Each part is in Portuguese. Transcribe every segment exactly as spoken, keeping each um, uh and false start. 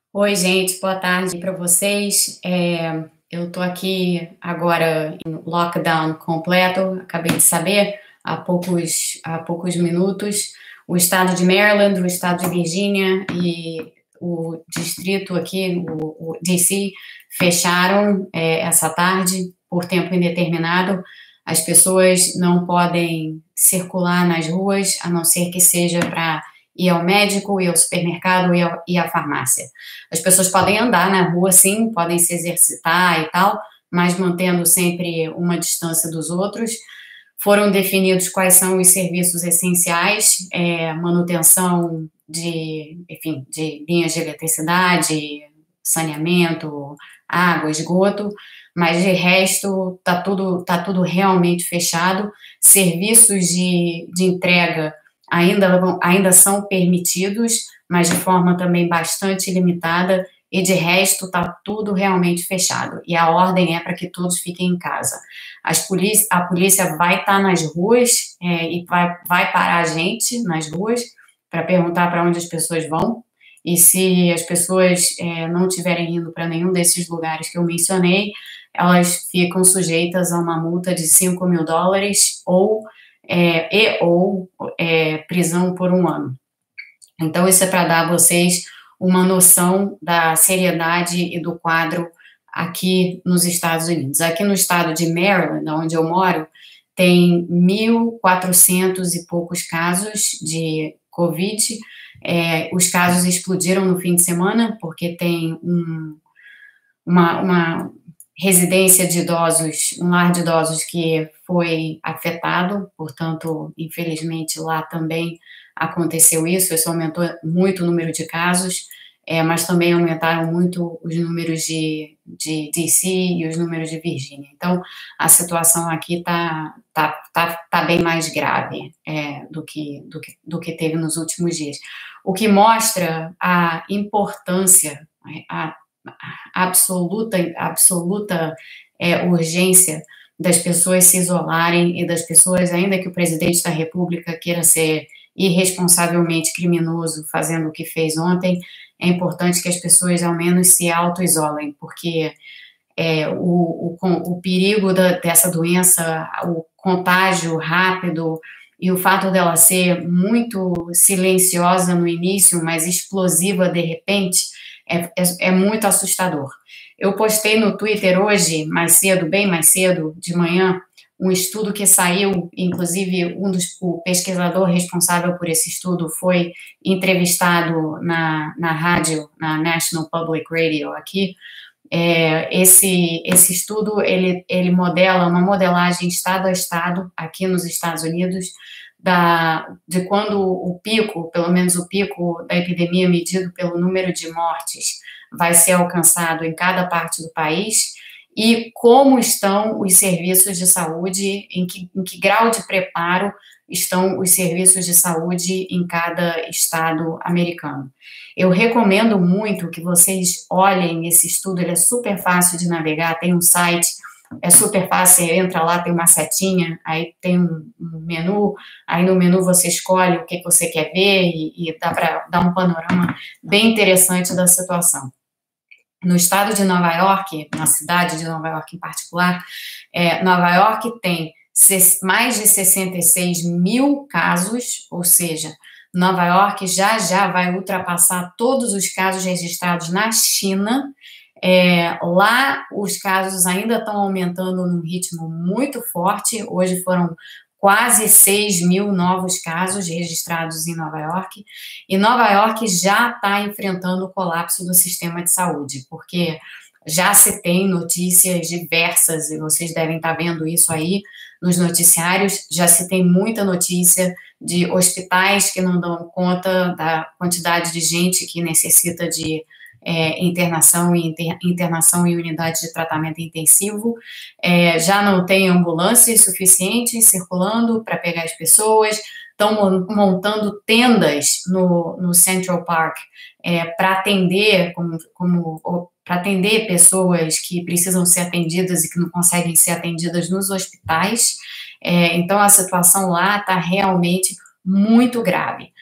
Oi, gente, boa tarde para vocês. É, eu estou aqui agora em lockdown completo, acabei de saber há poucos, há poucos minutos. O estado de Maryland, o estado de Virgínia e o distrito aqui, o, o D C, fecharam é, essa tarde por tempo indeterminado. As pessoas não podem circular nas ruas, a não ser que seja para ir ao médico, ir ao supermercado, ir, ao, ir à farmácia. As pessoas podem andar na rua, sim, podem se exercitar e tal, mas mantendo sempre uma distância dos outros. Foram definidos quais são os serviços essenciais, é, manutenção de, enfim, de linhas de eletricidade, saneamento, água, esgoto, mas de resto tá tudo, tá tudo realmente fechado. Serviços de, de entrega ainda, ainda são permitidos, mas de forma também bastante limitada, e de resto está tudo realmente fechado. E a ordem é para que todos fiquem em casa. As polícia, a polícia vai estar tá nas ruas é, e vai, vai parar a gente nas ruas para perguntar para onde as pessoas vão. E se as pessoas é, não estiverem indo para nenhum desses lugares que eu mencionei, elas ficam sujeitas a uma multa de cinco mil dólares ou, é, e ou é, prisão por um ano. Então, isso é para dar a vocês uma noção da seriedade e do quadro aqui nos Estados Unidos. Aqui no estado de Maryland, onde eu moro, tem mil e quatrocentos e poucos casos de Covid. É, os casos explodiram no fim de semana, porque tem um, uma, uma residência de idosos, um lar de idosos que foi afetado, portanto, infelizmente, lá também aconteceu isso, isso aumentou muito o número de casos, é, mas também aumentaram muito os números de, de D C e os números de Virgínia. Então, a situação aqui está tá, tá, tá bem mais grave é, do, que, do, que, do que teve nos últimos dias. O que mostra a importância, a, a absoluta, absoluta é, urgência das pessoas se isolarem e das pessoas, ainda que o presidente da República queira ser irresponsavelmente criminoso fazendo o que fez ontem, é importante que as pessoas ao menos se auto-isolem, porque é, o, o, o perigo da, dessa doença, o contágio rápido e o fato dela ser muito silenciosa no início, mas explosiva de repente, é, é, é muito assustador. Eu postei no Twitter hoje, mais cedo, bem mais cedo, de manhã, um estudo que saiu, inclusive um dos, o pesquisador responsável por esse estudo foi entrevistado na, na rádio, na National Public Radio aqui. É, esse, esse estudo, ele, ele modela uma modelagem estado a estado aqui nos Estados Unidos, da, de quando o pico, pelo menos o pico da epidemia medido pelo número de mortes, vai ser alcançado em cada parte do país, e como estão os serviços de saúde, em que, em que grau de preparo estão os serviços de saúde em cada estado americano. Eu recomendo muito que vocês olhem esse estudo, ele é super fácil de navegar, tem um site, é super fácil, você entra lá, tem uma setinha, aí tem um, um menu, aí no menu você escolhe o que, que você quer ver e, e dá para dar um panorama bem interessante da situação. No estado de Nova York, na cidade de Nova York em particular, é, Nova York tem mais de sessenta e seis mil casos, ou seja, Nova York já já vai ultrapassar todos os casos registrados na China. É, lá os casos ainda estão aumentando num ritmo muito forte, hoje foram quase seis mil novos casos registrados em Nova York, e Nova York já está enfrentando o colapso do sistema de saúde, porque já se tem notícias diversas, e vocês devem estar vendo isso aí nos noticiários, já se tem muita notícia de hospitais que não dão conta da quantidade de gente que necessita de É, internação e inter, internação em unidade de tratamento intensivo, é, já não tem ambulâncias suficientes circulando para pegar as pessoas, estão montando tendas no, no Central Park é, para atender como, como para atender pessoas que precisam ser atendidas e que não conseguem ser atendidas nos hospitais. É, então a situação lá está realmente muito grave.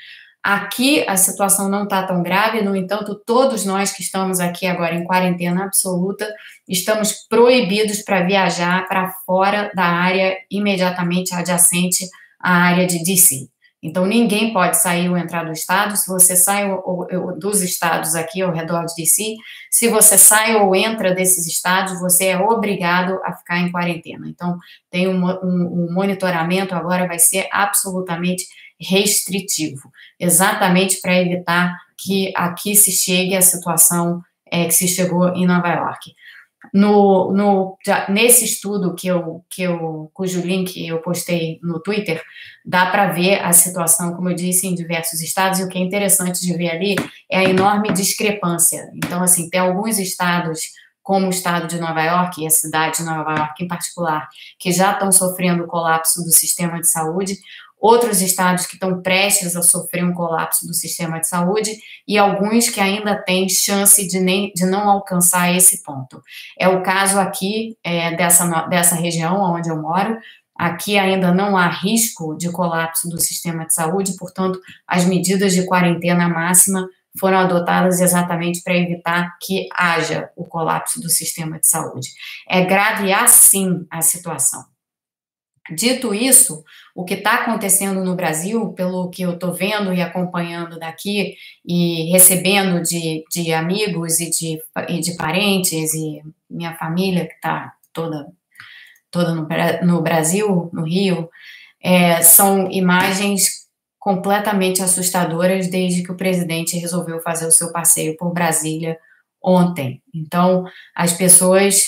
Aqui a situação não está tão grave, no entanto, todos nós que estamos aqui agora em quarentena absoluta, estamos proibidos para viajar para fora da área imediatamente adjacente à área de D C. Então, ninguém pode sair ou entrar do estado. Se você sai ou, ou, dos estados aqui ao redor de D C, se você sai ou entra desses estados, você é obrigado a ficar em quarentena. Então, tem um, um, um monitoramento agora, vai ser absolutamente restritivo, exatamente para evitar que aqui se chegue à situação é, que se chegou em Nova York. No, no, nesse estudo que eu, que eu, cujo link eu postei no Twitter, dá para ver a situação, como eu disse, em diversos estados, e o que é interessante de ver ali é a enorme discrepância. Então, assim, tem alguns estados, como o estado de Nova York, e a cidade de Nova York em particular, que já estão sofrendo o colapso do sistema de saúde, outros estados que estão prestes a sofrer um colapso do sistema de saúde e alguns que ainda têm chance de, nem, de não alcançar esse ponto. É o caso aqui é, dessa, dessa região onde eu moro. Aqui ainda não há risco de colapso do sistema de saúde, portanto, as medidas de quarentena máxima foram adotadas exatamente para evitar que haja o colapso do sistema de saúde. É grave assim a situação. Dito isso, o que está acontecendo no Brasil, pelo que eu estou vendo e acompanhando daqui, e recebendo de, de amigos e de, e de parentes, e minha família que está toda, toda no, no Brasil, no Rio, é, são imagens completamente assustadoras desde que o presidente resolveu fazer o seu passeio por Brasília ontem. Então, as pessoas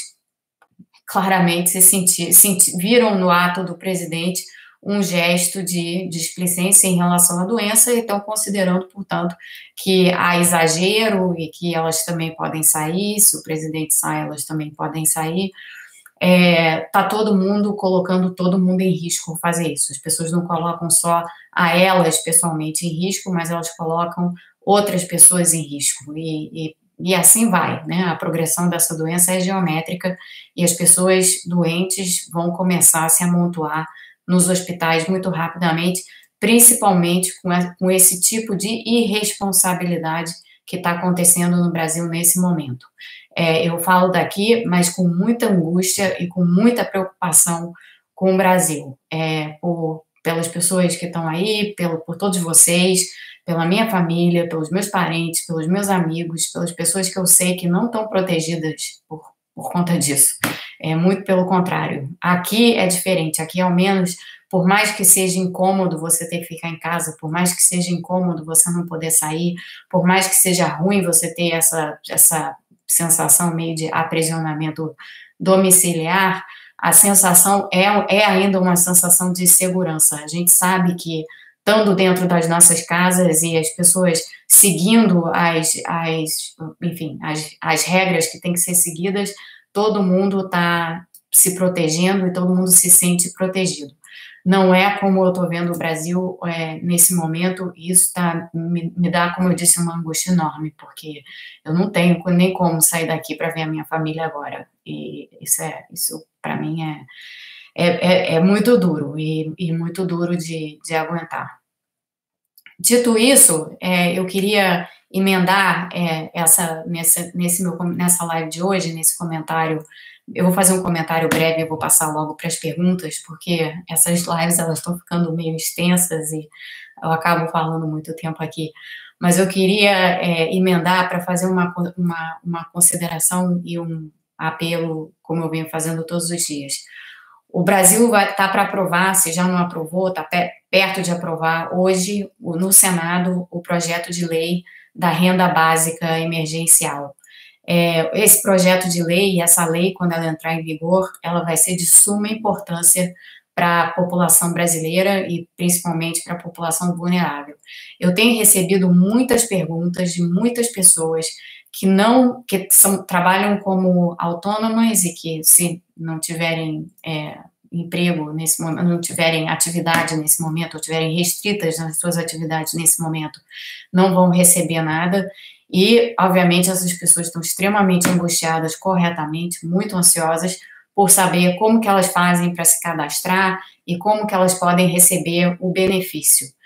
claramente se senti, senti, viram no ato do presidente um gesto de displicência em relação à doença e estão considerando, portanto, que há exagero e que elas também podem sair, se o presidente sai, elas também podem sair. Está é, todo mundo colocando todo mundo em risco ao fazer isso. As pessoas não colocam só a elas pessoalmente em risco, mas elas colocam outras pessoas em risco. E, e, e assim vai, né? A progressão dessa doença é geométrica e as pessoas doentes vão começar a se amontoar nos hospitais muito rapidamente, principalmente com, a, com esse tipo de irresponsabilidade que está acontecendo no Brasil nesse momento. É, eu falo daqui, mas com muita angústia e com muita preocupação com o Brasil, é, por, pelas pessoas que estão aí, pelo, por todos vocês, pela minha família, pelos meus parentes, pelos meus amigos, pelas pessoas que eu sei que não estão protegidas por, por conta disso. É, muito pelo contrário. Aqui é diferente, aqui ao menos, por mais que seja incômodo você ter que ficar em casa, por mais que seja incômodo você não poder sair, por mais que seja ruim você ter essa, essa sensação meio de aprisionamento domiciliar, a sensação é, é ainda uma sensação de segurança. A gente sabe que, estando dentro das nossas casas e as pessoas seguindo as, as, enfim, as, as regras que têm que ser seguidas, todo mundo está se protegendo e todo mundo se sente protegido. Não é como eu estou vendo o Brasil é, nesse momento, e isso tá, me, me dá, como eu disse, uma angústia enorme, porque eu não tenho nem como sair daqui para ver a minha família agora, e isso, é, isso para mim, é, é, é muito duro, e, e muito duro de, de aguentar. Dito isso, é, eu queria emendar é, essa, nessa, nesse meu, nessa live de hoje, nesse comentário. Eu vou fazer um comentário breve e vou passar logo para as perguntas, porque essas lives elas estão ficando meio extensas e eu acabo falando muito tempo aqui. Mas eu queria é, emendar para fazer uma, uma, uma consideração e um apelo, como eu venho fazendo todos os dias. O Brasil vai estar para aprovar, se já não aprovou, está perto de aprovar hoje no Senado o projeto de lei da renda básica emergencial. É, esse projeto de lei, essa lei, quando ela entrar em vigor, ela vai ser de suma importância para a população brasileira e principalmente para a população vulnerável. Eu tenho recebido muitas perguntas de muitas pessoas que não, que são, trabalham como autônomas e que se não tiverem é, emprego nesse momento, não tiverem atividade nesse momento, ou tiverem restritas nas suas atividades nesse momento, não vão receber nada. E, obviamente, essas pessoas estão extremamente angustiadas, corretamente, muito ansiosas, por saber como que elas fazem para se cadastrar e como que elas podem receber o benefício.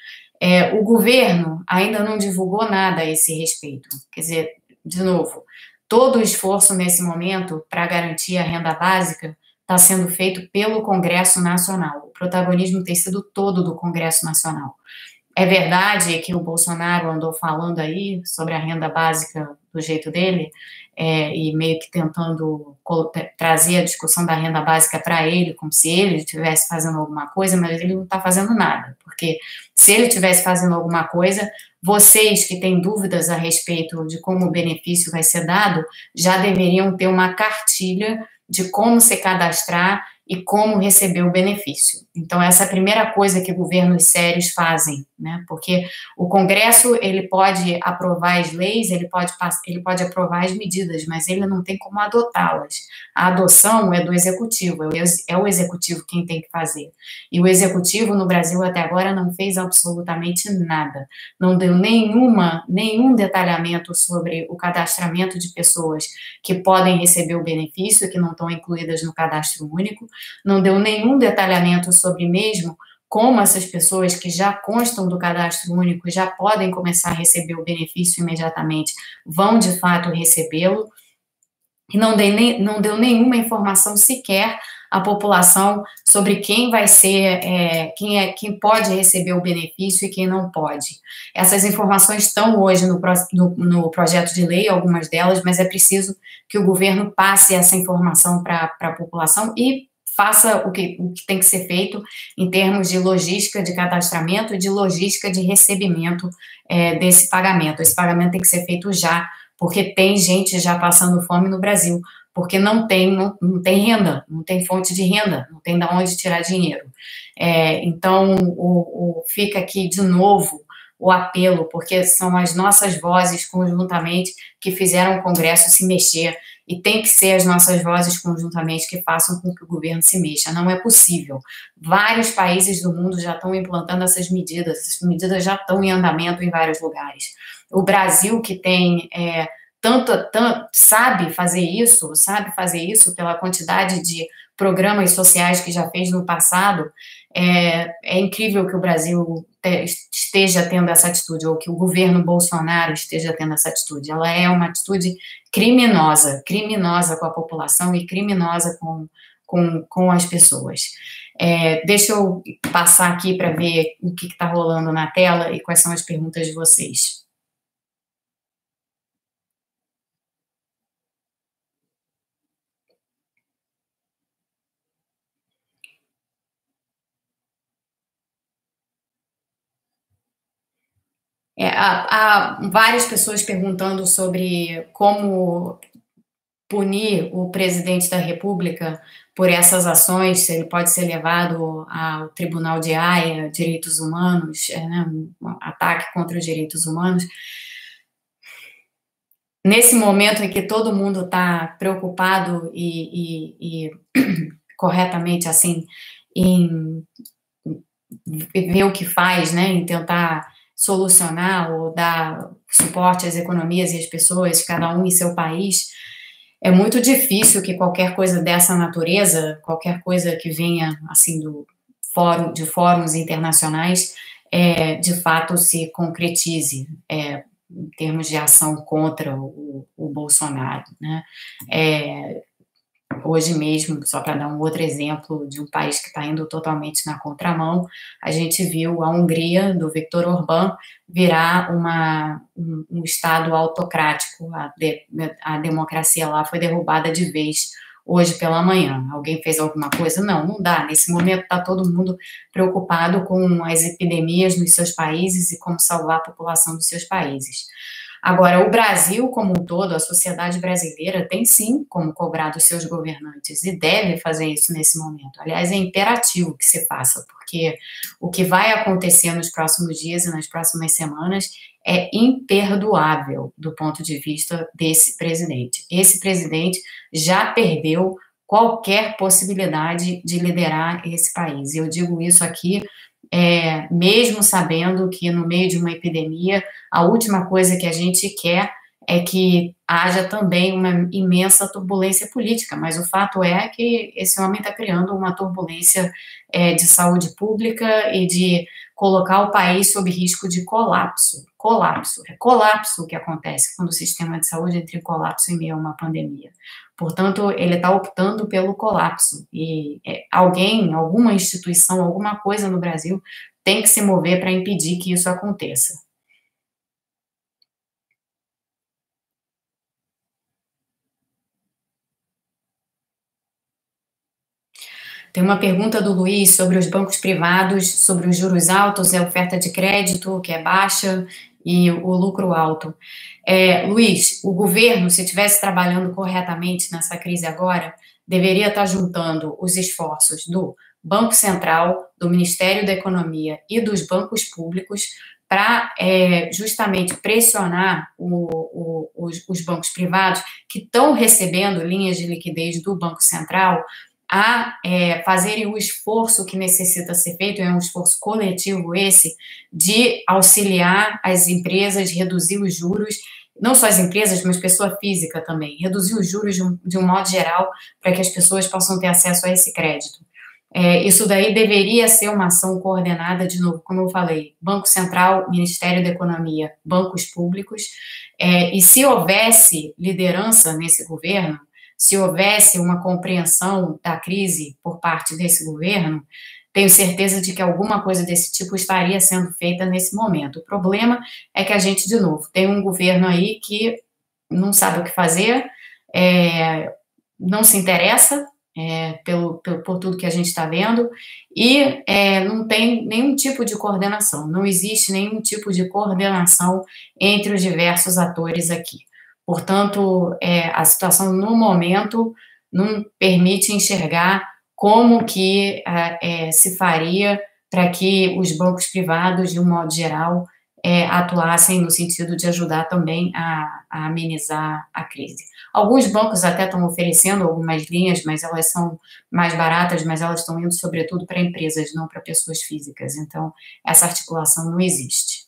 É, o governo ainda não divulgou nada a esse respeito. Quer dizer, de novo, todo o esforço nesse momento para garantir a renda básica está sendo feito pelo Congresso Nacional. O protagonismo tem sido todo do Congresso Nacional. É verdade que o Bolsonaro andou falando aí sobre a renda básica do jeito dele, é, e meio que tentando trazer a discussão da renda básica para ele, como se ele estivesse fazendo alguma coisa, mas ele não está fazendo nada, porque se ele estivesse fazendo alguma coisa, vocês que têm dúvidas a respeito de como o benefício vai ser dado, já deveriam ter uma cartilha de como se cadastrar e como receber o benefício. Então, essa é a primeira coisa que governos sérios fazem, né? Porque o Congresso, ele pode aprovar as leis, ele pode, ele pode aprovar as medidas, mas ele não tem como adotá-las. A adoção é do Executivo, é o Executivo quem tem que fazer. E o Executivo, no Brasil, até agora, não fez absolutamente nada. Não deu nenhuma, nenhum detalhamento sobre o cadastramento de pessoas que podem receber o benefício, que não estão incluídas no cadastro único, não deu nenhum detalhamento sobre mesmo como essas pessoas que já constam do cadastro único, já podem começar a receber o benefício imediatamente, vão de fato recebê-lo, e não, dei nem, não deu nenhuma informação sequer à população sobre quem vai ser, é, quem, é, quem pode receber o benefício e quem não pode. Essas informações estão hoje no, no, no projeto de lei, algumas delas, mas é preciso que o governo passe essa informação para a população e faça o que, o que tem que ser feito em termos de logística de cadastramento e de logística de recebimento é, desse pagamento. Esse pagamento tem que ser feito já, porque tem gente já passando fome no Brasil, porque não tem, não, não tem renda, não tem fonte de renda, não tem de onde tirar dinheiro. É, então, o, o, fica aqui de novo o apelo, porque são as nossas vozes conjuntamente que fizeram o Congresso se mexer, e tem que ser as nossas vozes conjuntamente que façam com que o governo se mexa. Não é possível. Vários países do mundo já estão implantando essas medidas, essas medidas já estão em andamento em vários lugares. O Brasil, que tem é, tanto, tanto, sabe fazer isso, sabe fazer isso pela quantidade de programas sociais que já fez no passado, é, é incrível que o Brasil te, esteja tendo essa atitude, ou que o governo Bolsonaro esteja tendo essa atitude. Ela é uma atitude criminosa, criminosa com a população e criminosa com, com, com as pessoas. É, deixa eu passar aqui para ver o que está rolando na tela e quais são as perguntas de vocês. É, há, há várias pessoas perguntando sobre como punir o presidente da República por essas ações, se ele pode ser levado ao Tribunal de Haia, direitos humanos, é, né, um ataque contra os direitos humanos. Nesse momento em que todo mundo está preocupado e, e, e corretamente assim em ver o que faz, né, em tentar solucionar ou dar suporte às economias e às pessoas, cada um em seu país, é muito difícil que qualquer coisa dessa natureza, qualquer coisa que venha assim do fórum, de fóruns internacionais, é, de fato se concretize é, em termos de ação contra o, o Bolsonaro, né? É, hoje mesmo, só para dar um outro exemplo de um país que está indo totalmente na contramão, a gente viu a Hungria, do Viktor Orbán, virar uma, um, um Estado autocrático. A, de, a democracia lá foi derrubada de vez hoje pela manhã. Alguém fez alguma coisa? Não, não dá. Nesse momento está todo mundo preocupado com as epidemias nos seus países e como salvar a população dos seus países. Agora, o Brasil como um todo, a sociedade brasileira, tem sim como cobrar dos seus governantes e deve fazer isso nesse momento. Aliás, é imperativo que se faça, porque o que vai acontecer nos próximos dias e nas próximas semanas é imperdoável do ponto de vista desse presidente. Esse presidente já perdeu qualquer possibilidade de liderar esse país. E eu digo isso aqui É, mesmo sabendo que no meio de uma epidemia, a última coisa que a gente quer é que haja também uma imensa turbulência política, mas o fato é que esse homem está criando uma turbulência é, de saúde pública e de colocar o país sob risco de colapso. Colapso. É colapso o que acontece quando o sistema de saúde entra em colapso em meio a uma pandemia. Portanto, ele está optando pelo colapso. E é, alguém, alguma instituição, alguma coisa no Brasil tem que se mover para impedir que isso aconteça. Tem uma pergunta do Luiz sobre os bancos privados, sobre os juros altos, a oferta de crédito, que é baixa, e o lucro alto. É, Luiz, o governo, se estivesse trabalhando corretamente nessa crise agora, deveria estar juntando os esforços do Banco Central, do Ministério da Economia e dos bancos públicos para é, justamente pressionar o, o, os, os bancos privados que estão recebendo linhas de liquidez do Banco Central a é, fazerem o esforço que necessita ser feito, é um esforço coletivo esse, de auxiliar as empresas, reduzir os juros, não só as empresas, mas pessoa física também, reduzir os juros de um, de um modo geral, para que as pessoas possam ter acesso a esse crédito. É, isso daí deveria ser uma ação coordenada, de novo, como eu falei, Banco Central, Ministério da Economia, bancos públicos, é, e se houvesse liderança nesse governo, se houvesse uma compreensão da crise por parte desse governo, tenho certeza de que alguma coisa desse tipo estaria sendo feita nesse momento. O problema é que a gente, de novo, tem um governo aí que não sabe o que fazer, é, não se interessa é, pelo, pelo, por tudo que a gente está vendo e é, não tem nenhum tipo de coordenação, não existe nenhum tipo de coordenação entre os diversos atores aqui. Portanto, é, a situação no momento não permite enxergar como que é, se faria para que os bancos privados, de um modo geral, é, atuassem no sentido de ajudar também a, a amenizar a crise. Alguns bancos até estão oferecendo algumas linhas, mas elas são mais baratas, mas elas estão indo sobretudo para empresas, não para pessoas físicas. Então, essa articulação não existe.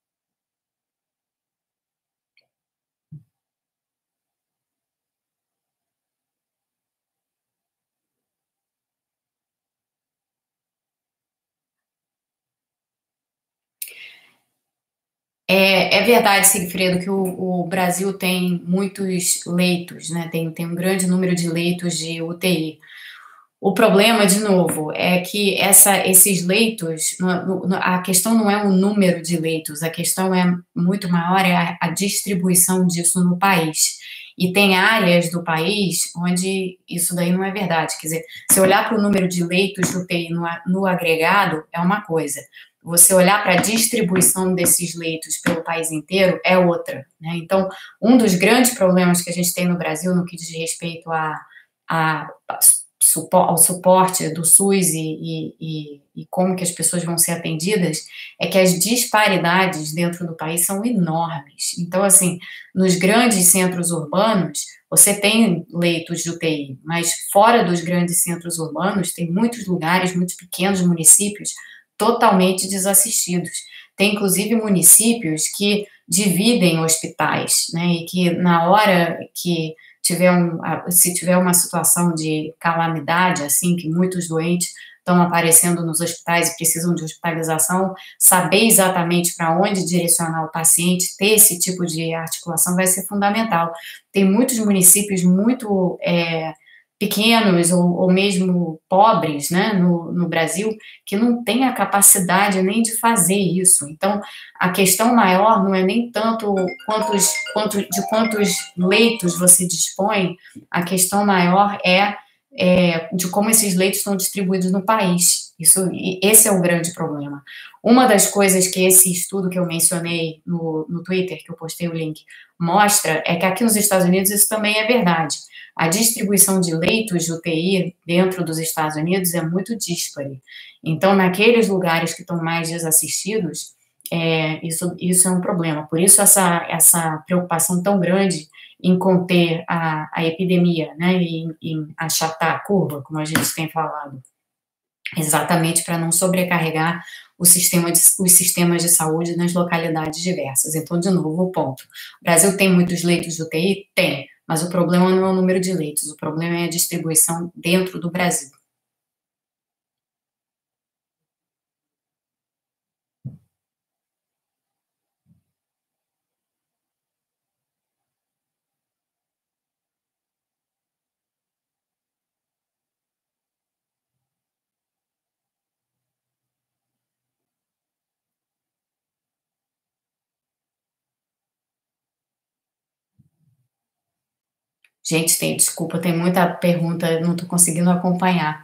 É, é verdade, Sigfredo, que o, o Brasil tem muitos leitos, né? Tem, tem um grande número de leitos de U T I. O problema, de novo, é que essa, esses leitos, no- no- a questão não é o número de leitos, a questão é muito maior, é a, a distribuição disso no país. E tem áreas do país onde isso daí não é verdade. Quer dizer, se olhar para o número de leitos de U T I no, a- no agregado, é uma coisa. Você olhar para a distribuição desses leitos pelo país inteiro é outra, né? Então, um dos grandes problemas que a gente tem no Brasil no que diz respeito a, a ao suporte do SUS e, e, e, e como que as pessoas vão ser atendidas, é que as disparidades dentro do país são enormes. Então, assim, nos grandes centros urbanos, você tem leitos de U T I, mas fora dos grandes centros urbanos, tem muitos lugares, muitos pequenos municípios totalmente desassistidos. Tem, inclusive, municípios que dividem hospitais, né, e que na hora que tiver um, se tiver uma situação de calamidade, assim, que muitos doentes estão aparecendo nos hospitais e precisam de hospitalização, saber exatamente para onde direcionar o paciente, ter esse tipo de articulação vai ser fundamental. Tem muitos municípios muito é, pequenos ou, ou mesmo pobres, né, no, no Brasil, que não têm a capacidade nem de fazer isso. Então, a questão maior não é nem tanto quantos, quanto, de quantos leitos você dispõe, a questão maior é, é de como esses leitos estão distribuídos no país. Isso, esse é o grande problema. Uma das coisas que esse estudo que eu mencionei no, no Twitter, que eu postei o link, mostra é que aqui nos Estados Unidos isso também é verdade. A distribuição de leitos de U T I dentro dos Estados Unidos é muito díspare. Então, naqueles lugares que estão mais desassistidos, é, isso, isso é um problema. Por isso, essa, essa preocupação tão grande em conter a, a epidemia, né, e em, em achatar a curva, como a gente tem falado, exatamente para não sobrecarregar o sistema de, os sistemas de saúde nas localidades diversas. Então, de novo, o ponto. O Brasil tem muitos leitos de U T I? Tem, mas o problema não é o número de leitos, o problema é a distribuição dentro do Brasil. Gente, tem, desculpa, tem muita pergunta, não estou conseguindo acompanhar.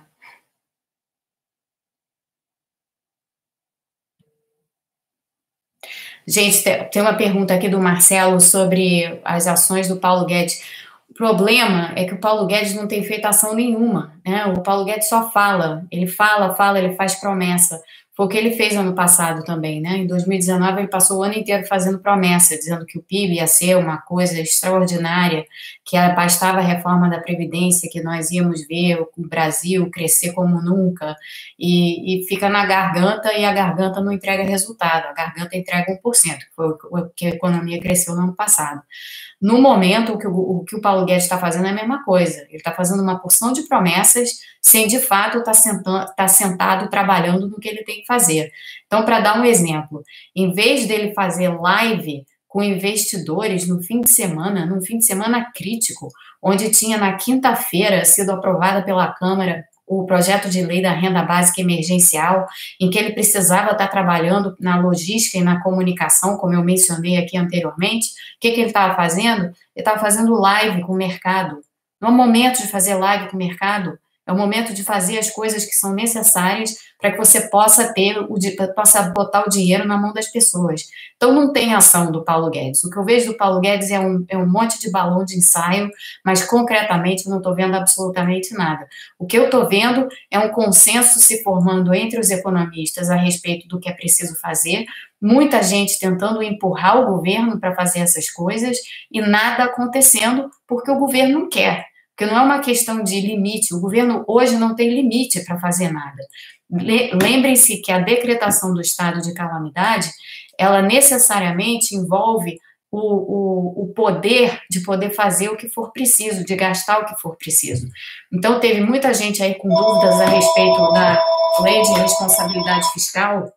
Gente, tem uma pergunta aqui do Marcelo sobre as ações do Paulo Guedes. O problema é que o Paulo Guedes não tem feito ação nenhuma, né? O Paulo Guedes só fala, ele fala, fala, ele faz promessa. Foi o que ele fez ano passado também, né? Em dois mil e dezenove, ele passou o ano inteiro fazendo promessa, dizendo que o P I B ia ser uma coisa extraordinária, que bastava a reforma da Previdência, que nós íamos ver o Brasil crescer como nunca, e, e fica na garganta, e a garganta não entrega resultado, a garganta entrega um por cento, que foi o que a economia cresceu no ano passado. No momento, o que o, o, que o Paulo Guedes está fazendo é a mesma coisa. Ele está fazendo uma porção de promessas sem, de fato, estar tá tá sentado trabalhando no que ele tem que fazer. Então, para dar um exemplo, em vez dele fazer live com investidores no fim de semana, num fim de semana crítico, onde tinha na quinta-feira sido aprovada pela Câmara o projeto de lei da renda básica emergencial, em que ele precisava estar trabalhando na logística e na comunicação, como eu mencionei aqui anteriormente, o que, que ele estava fazendo? Ele estava fazendo live com o mercado. Não é o momento de fazer live com o mercado, é o momento de fazer as coisas que são necessárias para que você possa ter, o, possa botar o dinheiro na mão das pessoas. Então, não tem ação do Paulo Guedes. O que eu vejo do Paulo Guedes é um, é um monte de balão de ensaio, mas, concretamente, eu não estou vendo absolutamente nada. O que eu estou vendo é um consenso se formando entre os economistas a respeito do que é preciso fazer, muita gente tentando empurrar o governo para fazer essas coisas e nada acontecendo porque o governo não quer. Porque não é uma questão de limite, o governo hoje não tem limite para fazer nada. Lembrem-se que a decretação do estado de calamidade, ela necessariamente envolve o, o, o poder de poder fazer o que for preciso, de gastar o que for preciso. Então, teve muita gente aí com dúvidas a respeito da lei de responsabilidade fiscal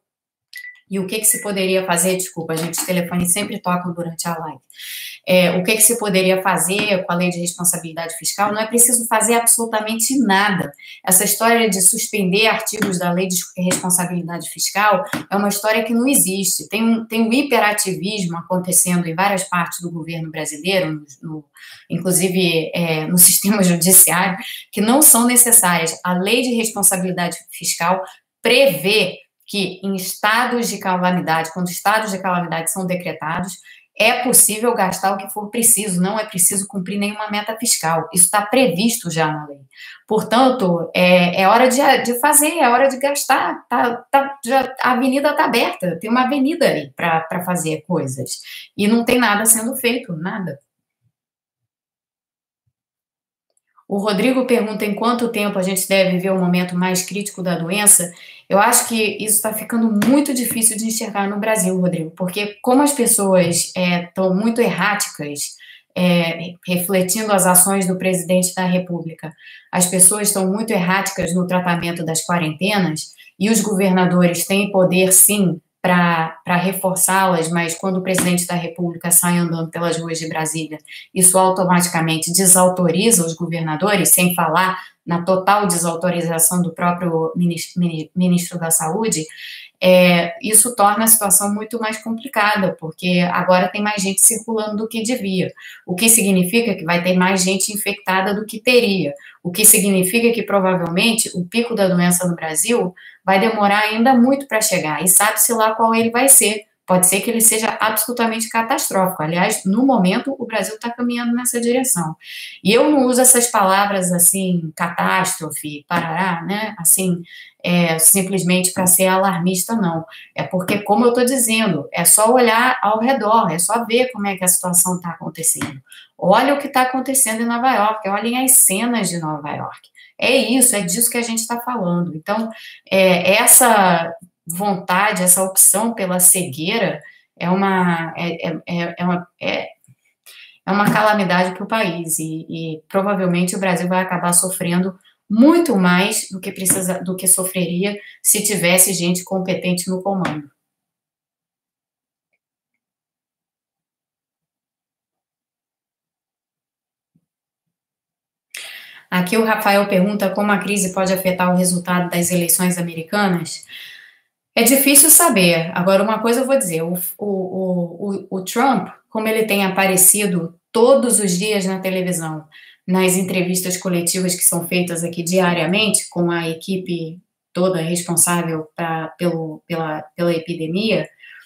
e o que, que se poderia fazer, desculpa, gente, os telefones sempre tocam durante a live. É, o que, que se poderia fazer com a lei de responsabilidade fiscal? Não é preciso fazer absolutamente nada. Essa história de suspender artigos da lei de responsabilidade fiscal é uma história que não existe. Tem um, tem um hiperativismo acontecendo em várias partes do governo brasileiro, no, no, inclusive é, no sistema judiciário, que não são necessárias. A lei de responsabilidade fiscal prevê que em estados de calamidade, quando estados de calamidade são decretados, é possível gastar o que for preciso, não é preciso cumprir nenhuma meta fiscal. Isso está previsto já na lei. Portanto, é, é hora de, de fazer, é hora de gastar. Tá, tá, já, a avenida está aberta, tem uma avenida aí para fazer coisas. E não tem nada sendo feito, nada. O Rodrigo pergunta em quanto tempo a gente deve viver o momento mais crítico da doença. Eu acho que isso está ficando muito difícil de enxergar no Brasil, Rodrigo, porque como as pessoas estão é, muito erráticas, é, refletindo as ações do presidente da República, as pessoas estão muito erráticas no tratamento das quarentenas e os governadores têm poder, sim, para reforçá-las, mas quando o presidente da República sai andando pelas ruas de Brasília, isso automaticamente desautoriza os governadores, sem falar na total desautorização do próprio ministro, ministro da Saúde, é, isso torna a situação muito mais complicada, porque agora tem mais gente circulando do que devia, o que significa que vai ter mais gente infectada do que teria, o que significa que provavelmente o pico da doença no Brasil vai demorar ainda muito para chegar, e sabe-se lá qual ele vai ser. Pode ser que ele seja absolutamente catastrófico. Aliás, no momento, o Brasil está caminhando nessa direção. E eu não uso essas palavras assim, catástrofe, parará, né? Assim, é, simplesmente para ser alarmista, não. É porque, como eu estou dizendo, é só olhar ao redor, é só ver como é que a situação está acontecendo. Olha o que está acontecendo em Nova York, olhem as cenas de Nova York. É isso, é disso que a gente está falando. Então, é, essa vontade, essa opção pela cegueira é uma, é, é, é uma, é, é uma calamidade para o país e, e provavelmente o Brasil vai acabar sofrendo muito mais do que precisa, do que sofreria se tivesse gente competente no comando. Aqui o Rafael pergunta como a crise pode afetar o resultado das eleições americanas. É difícil saber. Agora, uma coisa eu vou dizer, o, o, o, o Trump, como ele tem aparecido todos os dias na televisão, nas entrevistas coletivas que são feitas aqui diariamente, com a equipe toda responsável pra, pelo, pela, pela epidemia,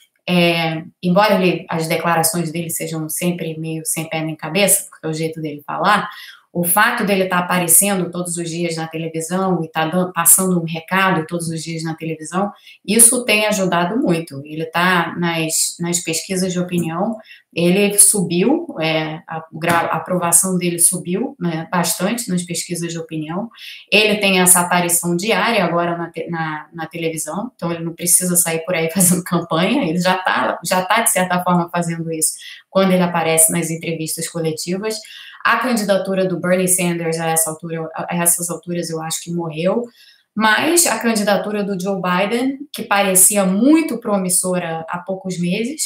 é, embora ele, as declarações dele sejam sempre meio sem pé nem cabeça, porque é o jeito dele falar, o fato dele estar tá aparecendo todos os dias na televisão e estar tá passando um recado todos os dias na televisão, isso tem ajudado muito. Ele está nas, nas pesquisas de opinião, ele subiu, é, a, a aprovação dele subiu, né, bastante nas pesquisas de opinião. Ele tem essa aparição diária agora na, na, na televisão, então ele não precisa sair por aí fazendo campanha, ele já está, já tá, de certa forma, fazendo isso quando ele aparece nas entrevistas coletivas. A candidatura do Bernie Sanders a, essa altura, a essas alturas eu acho que morreu, mas a candidatura do Joe Biden, que parecia muito promissora há poucos meses,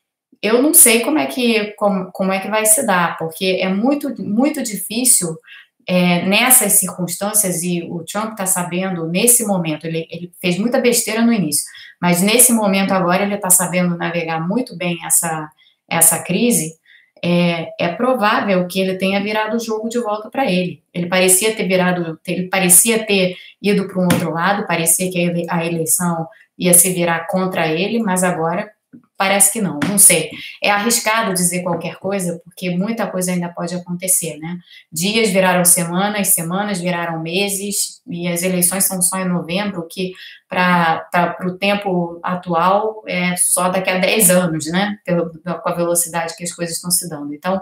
eu não sei como é que, como, como é que vai se dar, porque é muito, muito difícil é, nessas circunstâncias, e o Trump está sabendo, nesse momento, ele, ele fez muita besteira no início, mas nesse momento agora ele está sabendo navegar muito bem essa, essa crise. É, é provável que ele tenha virado o jogo de volta para ele. Ele parecia ter virado, ele parecia ter ido para um outro lado, parecia que a eleição ia se virar contra ele, mas agora parece que não, não sei. É arriscado dizer qualquer coisa, porque muita coisa ainda pode acontecer, né? Dias viraram semanas, semanas viraram meses, e as eleições são só em novembro, que para o tempo atual é só daqui a dez anos, né? Pelo, com a velocidade que as coisas estão se dando. Então,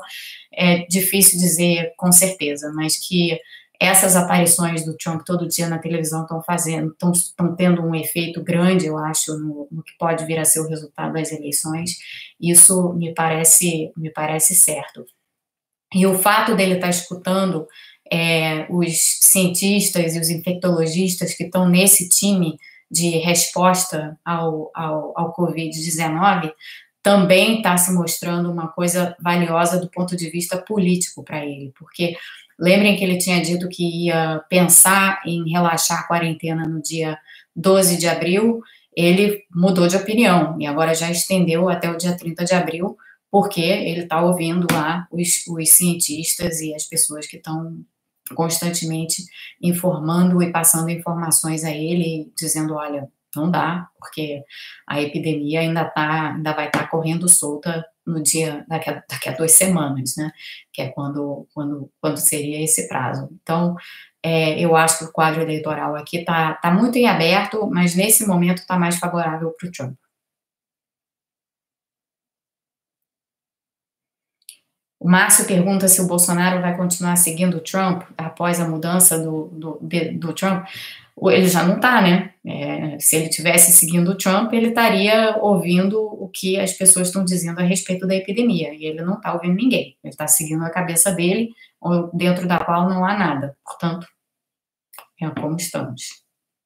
é difícil dizer com certeza, mas que essas aparições do Trump todo dia na televisão estão fazendo, estão tendo um efeito grande, eu acho, no, no que pode vir a ser o resultado das eleições. Isso me parece, me parece certo. E o fato dele estar escutando é, os cientistas e os infectologistas que estão nesse time de resposta ao, ao, ao covid dezenove também está se mostrando uma coisa valiosa do ponto de vista político para ele, porque lembrem que ele tinha dito que ia pensar em relaxar a quarentena no dia doze de abril, ele mudou de opinião e agora já estendeu até o dia trinta de abril, porque ele está ouvindo lá os, os cientistas e as pessoas que estão constantemente informando e passando informações a ele, dizendo, olha, não dá, porque a epidemia ainda, tá, ainda vai estar tá correndo solta no dia, daqui a, daqui a duas semanas, né, que é quando, quando, quando seria esse prazo. Então, é, eu acho que o quadro eleitoral aqui está tá muito em aberto, mas nesse momento está mais favorável para o Trump. O Márcio pergunta se o Bolsonaro vai continuar seguindo o Trump após a mudança do, do, de, do Trump. Ele já não está, né? É, se ele tivesse seguindo o Trump, ele estaria ouvindo o que as pessoas estão dizendo a respeito da epidemia, e ele não está ouvindo ninguém. Ele está seguindo a cabeça dele, dentro da qual não há nada. Portanto, é como estamos.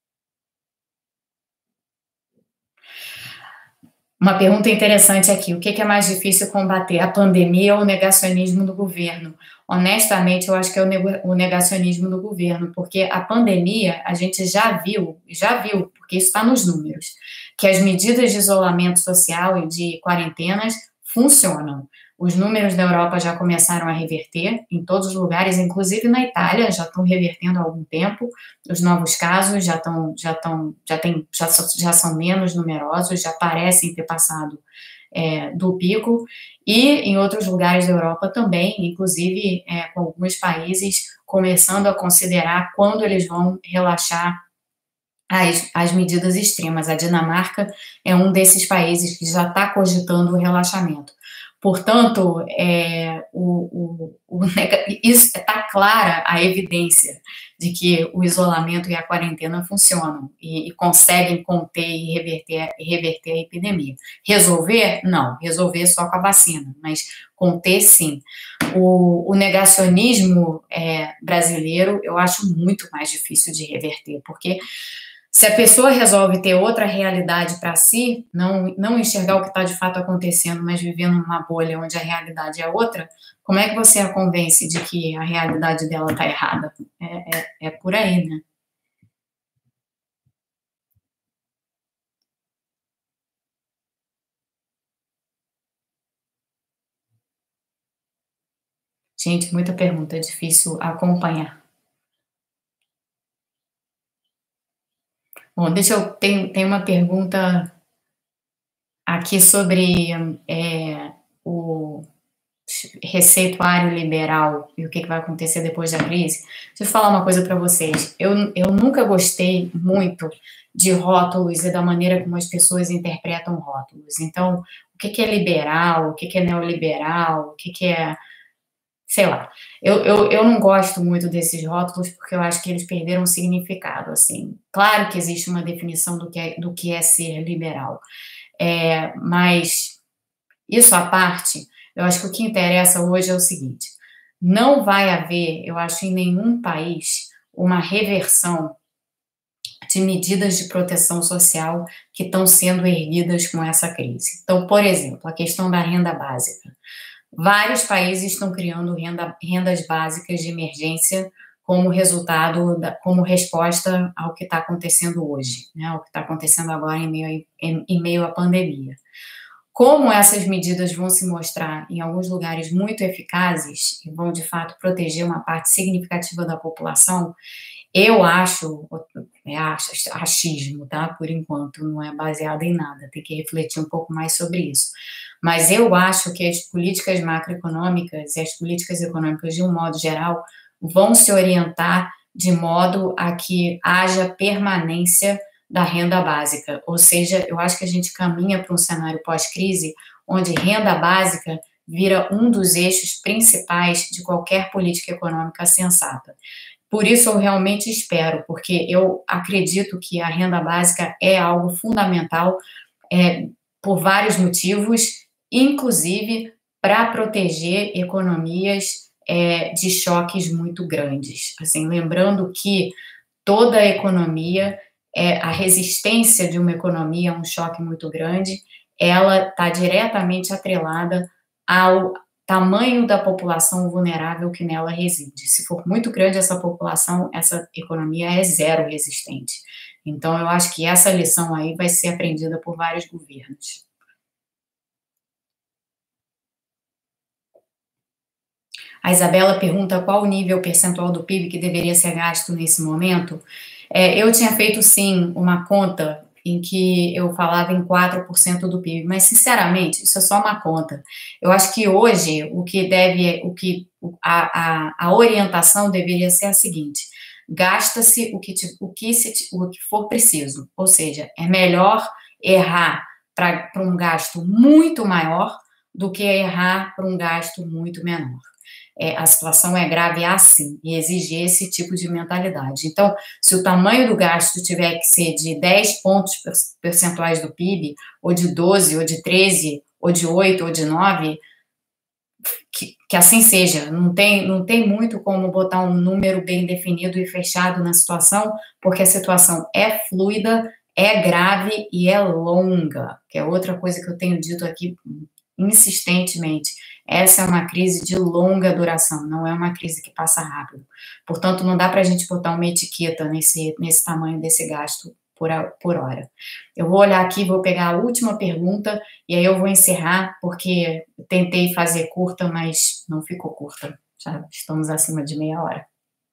Uma pergunta interessante aqui, o que é mais difícil combater, a pandemia ou o negacionismo do governo? Honestamente, eu acho que é o negacionismo do governo, porque a pandemia, a gente já viu, já viu, porque isso está nos números, que as medidas de isolamento social e de quarentenas funcionam. Os números da Europa já começaram a reverter em todos os lugares, inclusive na Itália, já estão revertendo há algum tempo. Os novos casos já estão, já estão, já tem, já, já são menos numerosos, já parecem ter passado é, do pico. E em outros lugares da Europa também, inclusive é, com alguns países começando a considerar quando eles vão relaxar as, as medidas extremas. A Dinamarca é um desses países que já está cogitando o relaxamento. Portanto, é, o, o, o, isso está clara a evidência de que o isolamento e a quarentena funcionam e, e conseguem conter e reverter, reverter a epidemia. Resolver? Não, resolver só com a vacina, mas conter sim. O, o negacionismo é, brasileiro eu acho muito mais difícil de reverter, porque se a pessoa resolve ter outra realidade para si, não, não enxergar o que está de fato acontecendo, mas vivendo numa bolha onde a realidade é outra, como é que você a convence de que a realidade dela está errada? É, é, é por aí, né? Gente, muita pergunta, é difícil acompanhar. Bom, deixa eu tem tem uma pergunta aqui sobre, eh, o receituário liberal e o que que vai acontecer depois da crise. Deixa eu falar uma coisa para vocês, eu eu nunca gostei muito de rótulos e da maneira como as pessoas interpretam rótulos. Então, o que que é liberal, o que que é neoliberal, o que que é sei lá. Eu eu eu não gosto muito desses rótulos, porque eu acho que eles perderam o significado, assim. Claro que existe uma definição do que é do que é ser liberal, eh, mas isso à parte, eu acho que o que interessa hoje é o seguinte: não vai haver, eu acho, em nenhum país, uma reversão de medidas de proteção social que estão sendo erguidas com essa crise. Então, por exemplo, a questão da renda básica. Vários países estão criando renda rendas básicas de emergência como resultado da como resposta ao que está acontecendo hoje, né, o que está acontecendo agora em meio a em em meio à pandemia. Como essas medidas vão se mostrar, em alguns lugares, muito eficazes e vão, de fato, proteger uma parte significativa da população, eu acho, é acho achismo, tá, por enquanto, não é baseado em nada, tem que refletir um pouco mais sobre isso. Mas eu acho que as políticas macroeconômicas e as políticas econômicas, de um modo geral, vão se orientar de modo a que haja permanência da renda básica, ou seja, eu acho que a gente caminha para um cenário pós-crise, onde renda básica vira um dos eixos principais de qualquer política econômica sensata. Por isso eu realmente espero, porque eu acredito que a renda básica é algo fundamental, eh, por vários motivos, inclusive para proteger economias, eh, de choques muito grandes. Assim, lembrando que toda a economia, eh, a resistência de uma economia a um choque muito grande, ela está diretamente atrelada ao tamanho da população vulnerável que nela reside. Se for muito grande essa população, essa economia é zero resistente. Então eu acho que essa lição aí vai ser aprendida por vários governos. A Isabela pergunta qual o nível percentual do P I B que deveria ser gasto nesse momento. Eh, eu tinha feito sim uma conta em que eu falava em quatro por cento do P I B, mas sinceramente isso é só uma conta. Eu acho que hoje o que deve o que a a a orientação deveria ser a seguinte: gasta-se o que ti o que se o que for preciso, ou seja, é melhor errar pra pra um gasto muito maior do que errar pra um gasto muito menor. Eh, a situação é grave assim, e exige esse tipo de mentalidade. Então, se o tamanho do gasto tiver que ser de dez pontos per percentuais do P I B, ou de doze, ou de treze, ou de oito, ou de nove, que que assim seja, não tem não tem muito como botar um número bem definido e fechado na situação, porque a situação é fluida, é grave e é longa, que é outra coisa que eu tenho dito aqui insistentemente. Essa é uma crise de longa duração, não é uma crise que passa rápido. Portanto, não dá pra gente botar uma etiqueta nesse nesse tamanho desse gasto por a por hora. Eu vou olhar aqui, vou pegar a última pergunta, e aí eu vou encerrar, porque tentei fazer curta, mas não ficou curta, já estamos acima de meia hora.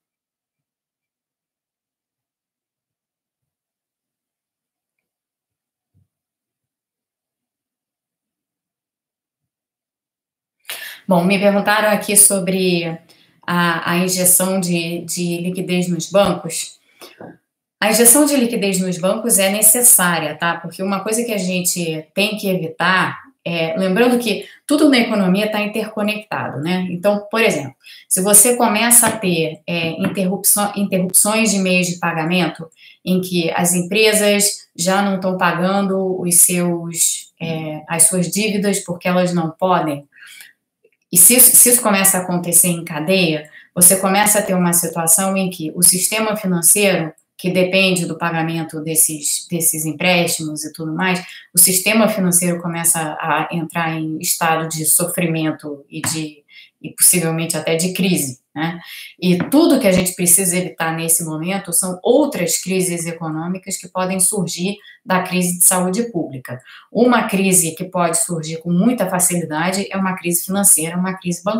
Bom, me perguntaram aqui sobre a a injeção de de liquidez nos bancos. A injeção de liquidez nos bancos é necessária, tá, porque uma coisa que a gente tem que evitar, eh, lembrando que tudo na economia está interconectado, né, então, por exemplo, se você começa a ter, eh, interrupçõ interrupções de meios de pagamento, em que as empresas já não estão pagando os seus, eh, as suas dívidas, porque elas não podem, e se isso se isso começa a acontecer em cadeia, você começa a ter uma situação em que o sistema financeiro, que depende do pagamento desses desses empréstimos e tudo mais, o sistema financeiro começa a entrar em estado de sofrimento e de e possivelmente até de crise, né. E tudo que a gente precisa evitar nesse momento são outras crises econômicas que podem surgir da crise de saúde pública. Uma crise que pode surgir com muita facilidade é uma crise financeira, uma crise bancária.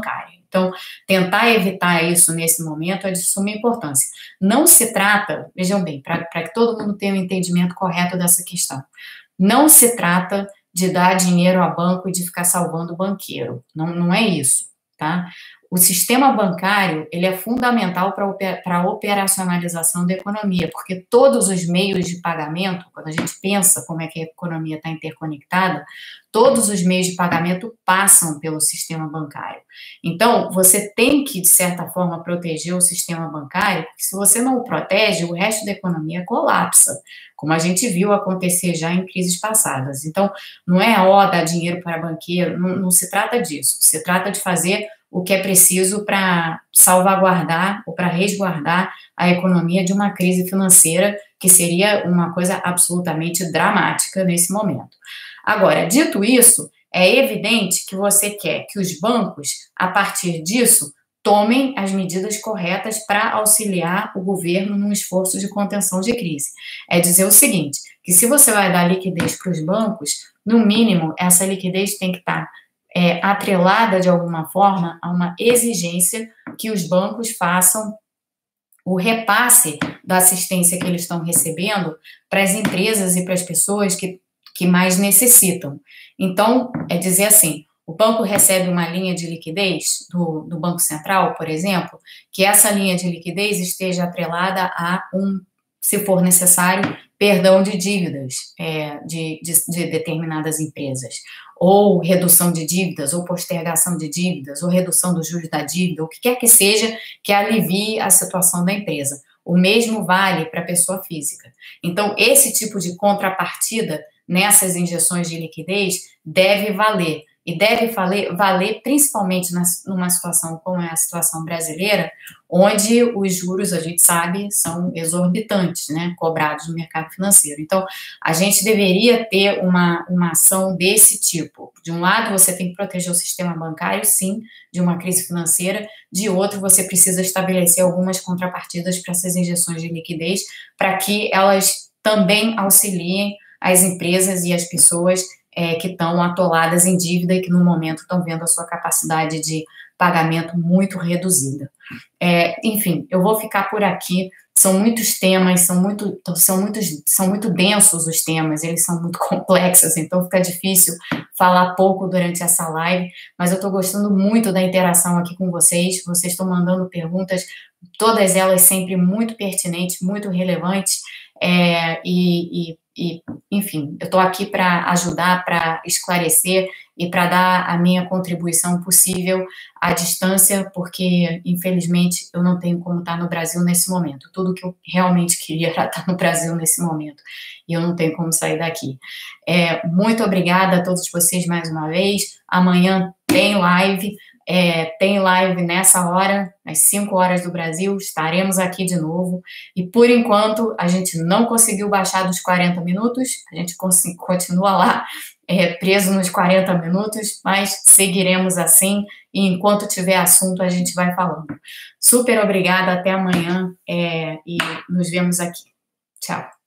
Então, tentar evitar isso nesse momento é de suma importância. Não se trata, vejam bem, para que todo mundo tenha um entendimento correto dessa questão, não se trata de dar dinheiro a banco e de ficar salvando o banqueiro, não, não é isso, tá? O sistema bancário, ele é fundamental para a operacionalização da economia, porque todos os meios de pagamento, quando a gente pensa como é que a economia está interconectada, todos os meios de pagamento passam pelo sistema bancário. Então, você tem que, de certa forma, proteger o sistema bancário, porque se você não o protege, o resto da economia colapsa, como a gente viu acontecer já em crises passadas. Então, não é, ó, dar dinheiro para banqueiro, não, não se trata disso, se trata de fazer o que é preciso para salvaguardar ou para resguardar a economia de uma crise financeira, que seria uma coisa absolutamente dramática nesse momento. Agora, dito isso, é evidente que você quer que os bancos, a partir disso, tomem as medidas corretas para auxiliar o governo num esforço de contenção de crise. É dizer o seguinte, que se você vai dar liquidez para os bancos, no mínimo, essa liquidez tem que estar É, atrelada de alguma forma a uma exigência que os bancos façam o repasse da assistência que eles estão recebendo para as empresas e para as pessoas que, que mais necessitam. Então, é dizer assim, o banco recebe uma linha de liquidez do, do Banco Central, por exemplo, que essa linha de liquidez esteja atrelada a um, se for necessário, perdão de dívidas é, de, de, de determinadas empresas, ou redução de dívidas, ou postergação de dívidas, ou redução dos juros da dívida, o que quer que seja que alivie a situação da empresa. O mesmo vale para a pessoa física. Então, esse tipo de contrapartida nessas injeções de liquidez deve valer. E deve valer, valer principalmente nas, numa situação como é a situação brasileira, onde os juros, a gente sabe, são exorbitantes, né, cobrados no mercado financeiro. Então, a gente deveria ter uma, uma ação desse tipo. De um lado, você tem que proteger o sistema bancário, sim, de uma crise financeira. De outro, você precisa estabelecer algumas contrapartidas para essas injeções de liquidez, para que elas também auxiliem as empresas e as pessoas É, que estão atoladas em dívida e que, no momento, estão vendo a sua capacidade de pagamento muito reduzida. É, enfim, eu vou ficar por aqui. São muitos temas, são muito, são, muitos, são muito densos os temas, eles são muito complexos, então fica difícil falar pouco durante essa live, mas eu estou gostando muito da interação aqui com vocês. Vocês estão mandando perguntas, todas elas sempre muito pertinentes, muito relevantes, é, e, e E, enfim, eu estou aqui para ajudar, para esclarecer e para dar a minha contribuição possível à distância, porque, infelizmente, eu não tenho como estar no Brasil nesse momento. Tudo que eu realmente queria era estar no Brasil nesse momento, e eu não tenho como sair daqui. É, muito obrigada a todos vocês mais uma vez. Amanhã tem live. É, tem live nessa hora, às cinco horas do Brasil, estaremos aqui de novo, e por enquanto a gente não conseguiu baixar dos quarenta minutos, a gente continua lá, é, preso nos quarenta minutos, mas seguiremos assim, e enquanto tiver assunto a gente vai falando. Super obrigada, até amanhã, é, e nos vemos aqui. Tchau.